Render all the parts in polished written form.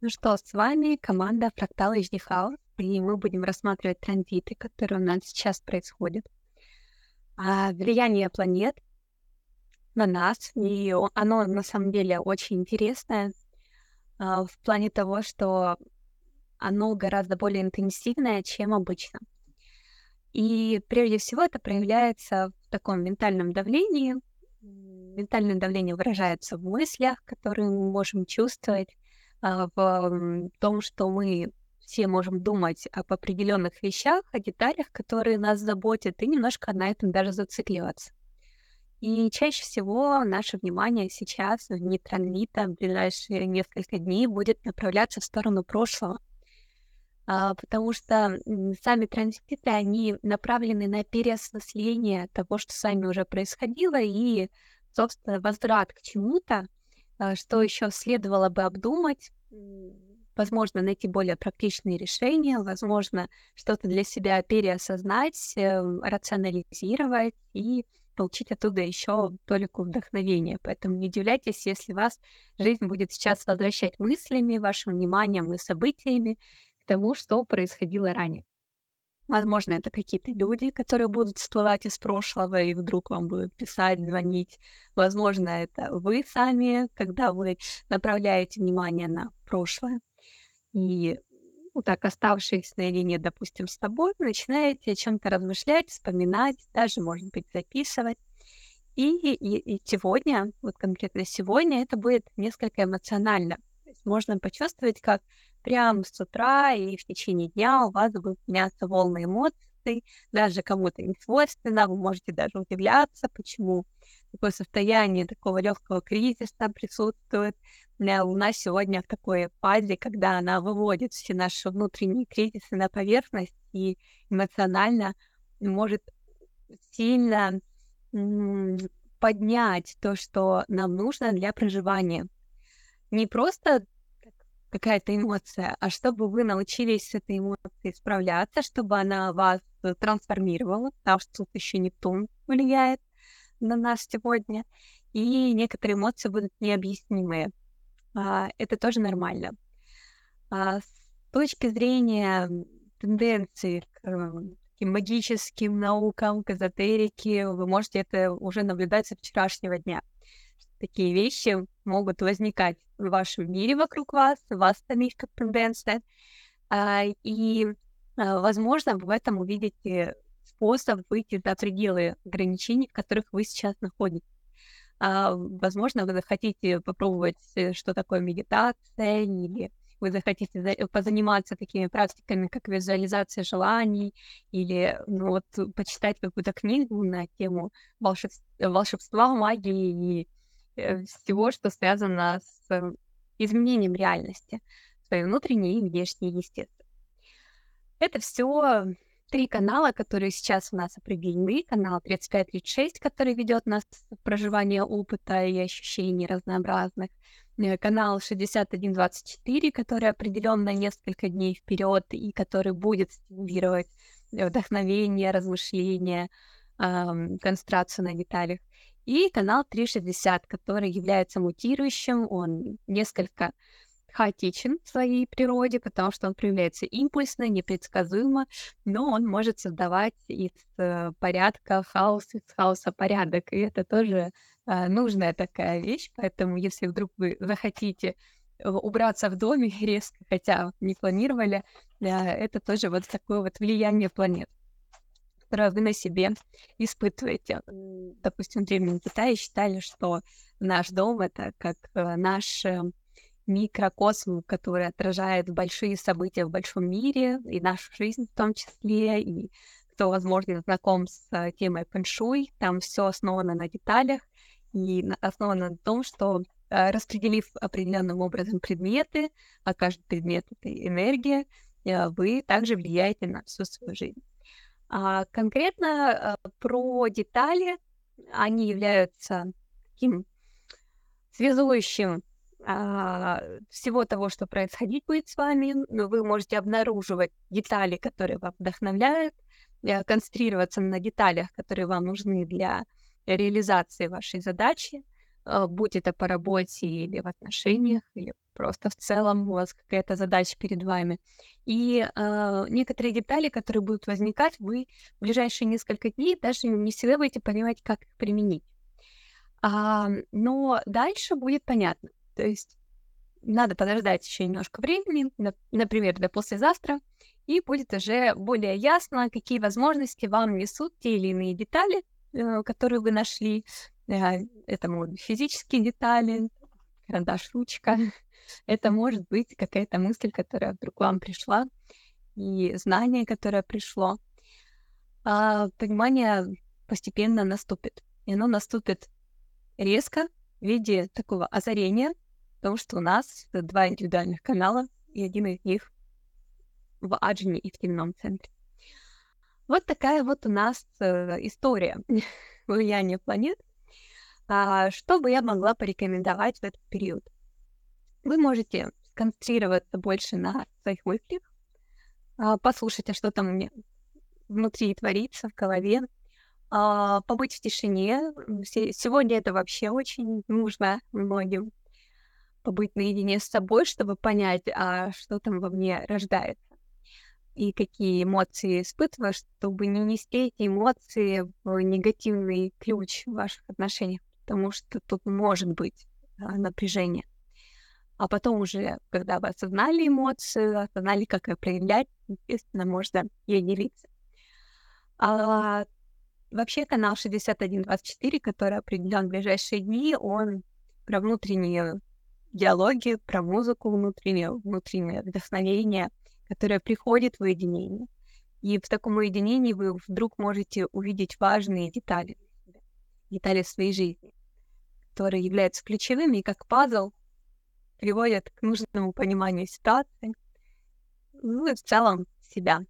Ну что, с вами команда Fractal HD House, и мы будем рассматривать транзиты, которые у нас сейчас происходят, влияние планет на нас, и оно на самом деле очень интересное, в плане того, что оно гораздо более интенсивное, чем обычно. И прежде всего это проявляется в таком ментальном давлении. Ментальное давление выражается в мыслях, которые мы можем чувствовать, в том, что мы все можем думать об определенных вещах, о деталях, которые нас заботят, и немножко на этом даже зацикливаться. И чаще всего наше внимание сейчас, в дни транзита, в ближайшие несколько дней, будет направляться в сторону прошлого. Потому что, сами транзиты, они направлены на переосмысление того, что с вами уже происходило, и, собственно, возврат к чему-то, что еще следовало бы обдумать, возможно, найти более практичные решения, возможно, что-то для себя переосознать, рационализировать и получить оттуда еще толику вдохновения. Поэтому не удивляйтесь, если вас жизнь будет сейчас возвращать мыслями, вашим вниманием и событиями к тому, что происходило ранее. Возможно, это какие-то люди, которые будут всплывать из прошлого и вдруг вам будут писать, звонить. Возможно, это вы сами, когда вы направляете внимание на прошлое. И вот так, оставшись наедине, допустим, с тобой, вы начинаете о чем-то размышлять, вспоминать, даже, может быть, записывать. И сегодня, вот конкретно сегодня, это будет несколько эмоционально. То есть можно почувствовать, как прямо с утра и в течение дня у вас будут меняться волны эмоций, даже кому-то не свойственно, вы можете даже удивляться, почему такое состояние такого легкого кризиса присутствует. У нас сегодня в такой фазе, когда она выводит все наши внутренние кризисы на поверхность и эмоционально может сильно м, поднять то, что нам нужно для проживания. Не просто какая-то эмоция, а чтобы вы научились с этой эмоцией справляться, чтобы она вас трансформировала, потому что тут еще Нептун влияет на нас сегодня, и некоторые эмоции будут необъяснимые. Это тоже нормально. С точки зрения тенденций к таким магическим наукам, к эзотерике, вы можете это уже наблюдать со вчерашнего дня. Такие вещи могут возникать в вашем мире вокруг вас, в вас самих как тенденция. Возможно, вы в этом увидите способ выйти за пределы ограничений, в которых вы сейчас находитесь. Возможно, вы захотите попробовать, что такое медитация, или вы захотите позаниматься такими практиками, как визуализация желаний, или почитать какую-то книгу на тему волшебства, магии и всего, что связано с изменением реальности, своей внутренней и внешней, естественно. Это все 3 канала, которые сейчас у нас определены. Канал 3536, который ведет нас в проживание опыта и ощущений разнообразных. Канал 6124, который определен на несколько дней вперед и который будет стимулировать вдохновение, размышления, концентрацию на деталях. И канал 360, который является мутирующим. Он несколько хаотичен в своей природе, потому что он проявляется импульсно, непредсказуемо, но он может создавать из порядка хаос, из хаоса порядок. И это тоже нужная такая вещь. Поэтому, если вдруг вы захотите убраться в доме резко, хотя не планировали, это тоже вот такое вот влияние планет, которое вы на себе испытываете. Допустим, в Древнем Китае считали, что наш дом — это как наш микрокосм, который отражает большие события в большом мире, и нашу жизнь в том числе, и кто, возможно, знаком с темой фэншуй, там все основано на деталях и основано на том, что распределив определенным образом предметы, а каждый предмет — это энергия, вы также влияете на всю свою жизнь. Конкретно про детали, они являются таким связующим всего того, что происходить будет с вами. Вы можете обнаруживать детали, которые вас вдохновляют, концентрироваться на деталях, которые вам нужны для реализации вашей задачи, будь это по работе или в отношениях, или просто в целом у вас какая-то задача перед вами. И некоторые детали, которые будут возникать, вы в ближайшие несколько дней даже не всегда будете понимать, как их применить. Но дальше будет понятно. То есть надо подождать еще немножко времени, например, до послезавтра, и будет уже более ясно, какие возможности вам несут те или иные детали, которые вы нашли. Это могут быть физические детали, карандаш, ручка. Это может быть какая-то мысль, которая вдруг вам пришла, и знание, которое пришло. Понимание постепенно наступит. И оно наступит резко в виде такого озарения, потому что у нас 2 индивидуальных канала, и один из них в Аджине и в темном центре. Вот такая вот у нас история влияния планет. Что бы я могла порекомендовать в этот период? Вы можете сконцентрироваться больше на своих мыслях, послушать, а что там у меня внутри творится, в голове, побыть в тишине. Сегодня это вообще очень нужно многим. Побыть наедине с собой, чтобы понять, что там во мне рождается и какие эмоции испытываю, чтобы не нести эти эмоции в негативный ключ в ваших отношениях, потому что тут может быть напряжение. А потом уже, когда вы осознали эмоцию, осознали, как ее проявлять, естественно, можно ей делиться. Вообще канал 6124, который определен в ближайшие дни, он про внутренние диалоги, про музыку внутреннее вдохновение, которое приходит в уединение. И в таком уединении вы вдруг можете увидеть важные детали своей жизни, которые являются ключевыми и как пазл приводят к нужному пониманию ситуации, и в целом себя.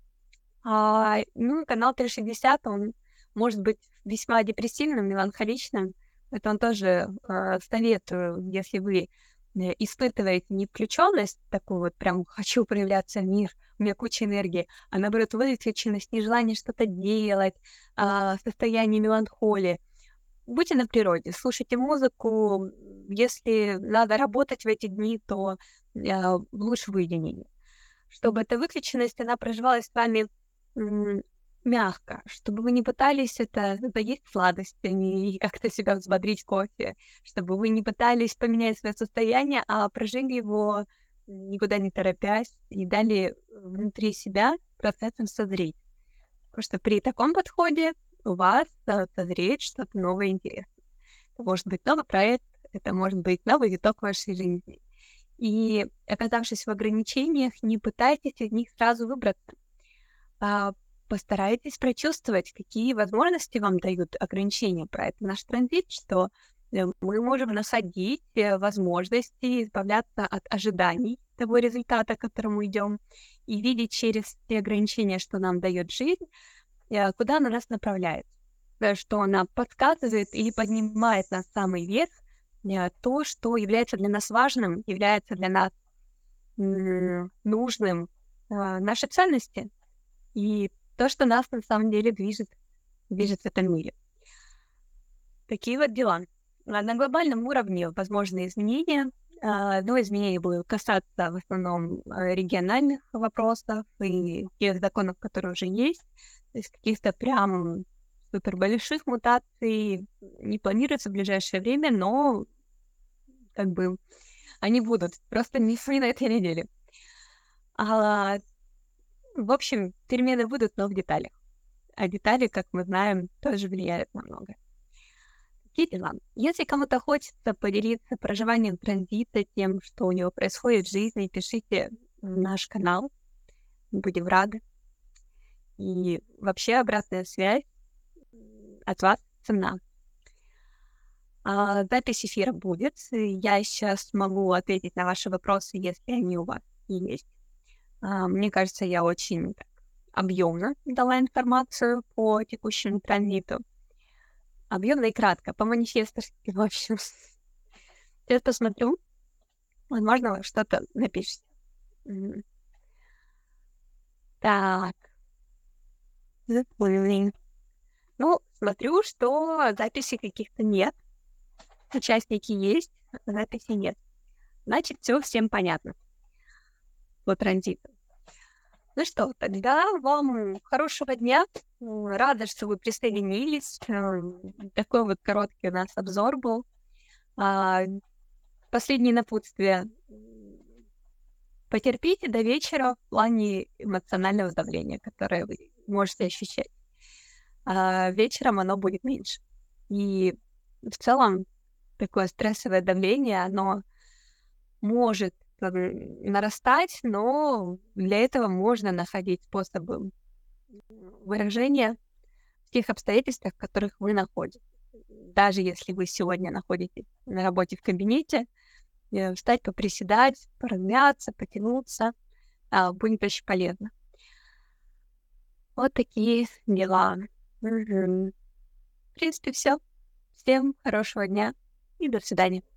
Канал 360, он может быть весьма депрессивным, меланхоличным. Это он тоже советую, если вы испытываете не включенность, такую вот прям «хочу проявляться в мир», у меня куча энергии, а наоборот выключенность, нежелание что-то делать, состояние меланхолии. Будьте на природе, слушайте музыку. Если надо работать в эти дни, то лучше в уединении. Чтобы эта выключенность, она проживалась с вами мягко, чтобы вы не пытались это заесть сладостями и как-то себя взбодрить кофе, чтобы вы не пытались поменять свое состояние, а прожили его никуда не торопясь и дали внутри себя процессом созреть. Потому что при таком подходе у вас созреет что-то новое и интересное. Это может быть новый проект, это может быть новый виток вашей жизни. И, оказавшись в ограничениях, не пытайтесь из них сразу выбраться. Постарайтесь прочувствовать, какие возможности вам дают ограничения. Про это наш транзит, что мы можем находить возможности избавляться от ожиданий того результата, к которому идем, и видеть через те ограничения, что нам дает жизнь, куда она нас направляет, что она подсказывает или поднимает нас в самый верх, то, что является для нас важным, является для нас нужным, наши ценности и то, что нас на самом деле движет в этом мире. Такие вот дела. На глобальном уровне возможны изменения, но изменения будут касаться в основном региональных вопросов и тех законов, которые уже есть, то есть каких-то прям супер больших мутаций не планируется в ближайшее время, но как бы они будут, просто не на этой неделе. В общем, перемены будут, но в деталях. А детали, как мы знаем, тоже влияют на многое. Такие дела. Если кому-то хочется поделиться проживанием транзита, тем, что у него происходит в жизни, пишите в наш канал. Будем рады. И вообще обратная связь от вас ценна. Запись эфира будет. Я сейчас могу ответить на ваши вопросы, если они у вас есть. Мне кажется, я очень объемно дала информацию по текущему транзиту. Объемно и кратко, по-манифестовски, в общем. Сейчас посмотрю. Возможно, вы что-то напишите. Так. Смотрю, что записей каких-то нет. Участники есть, записей нет. Значит, все всем понятно по транзиту. Ну что, тогда вам хорошего дня. Рада, что вы присоединились. Такой вот короткий у нас обзор был. А, Последнее напутствие. Потерпите до вечера в плане эмоционального давления, которое вы можете ощущать. Вечером оно будет меньше. И в целом такое стрессовое давление, оно может нарастать, но для этого можно находить способы выражения в тех обстоятельствах, в которых вы находитесь. Даже если вы сегодня находитесь на работе в кабинете, встать, поприседать, поразмяться, потянуться будет очень полезно. Вот такие дела. В принципе, все. Всем хорошего дня и до свидания.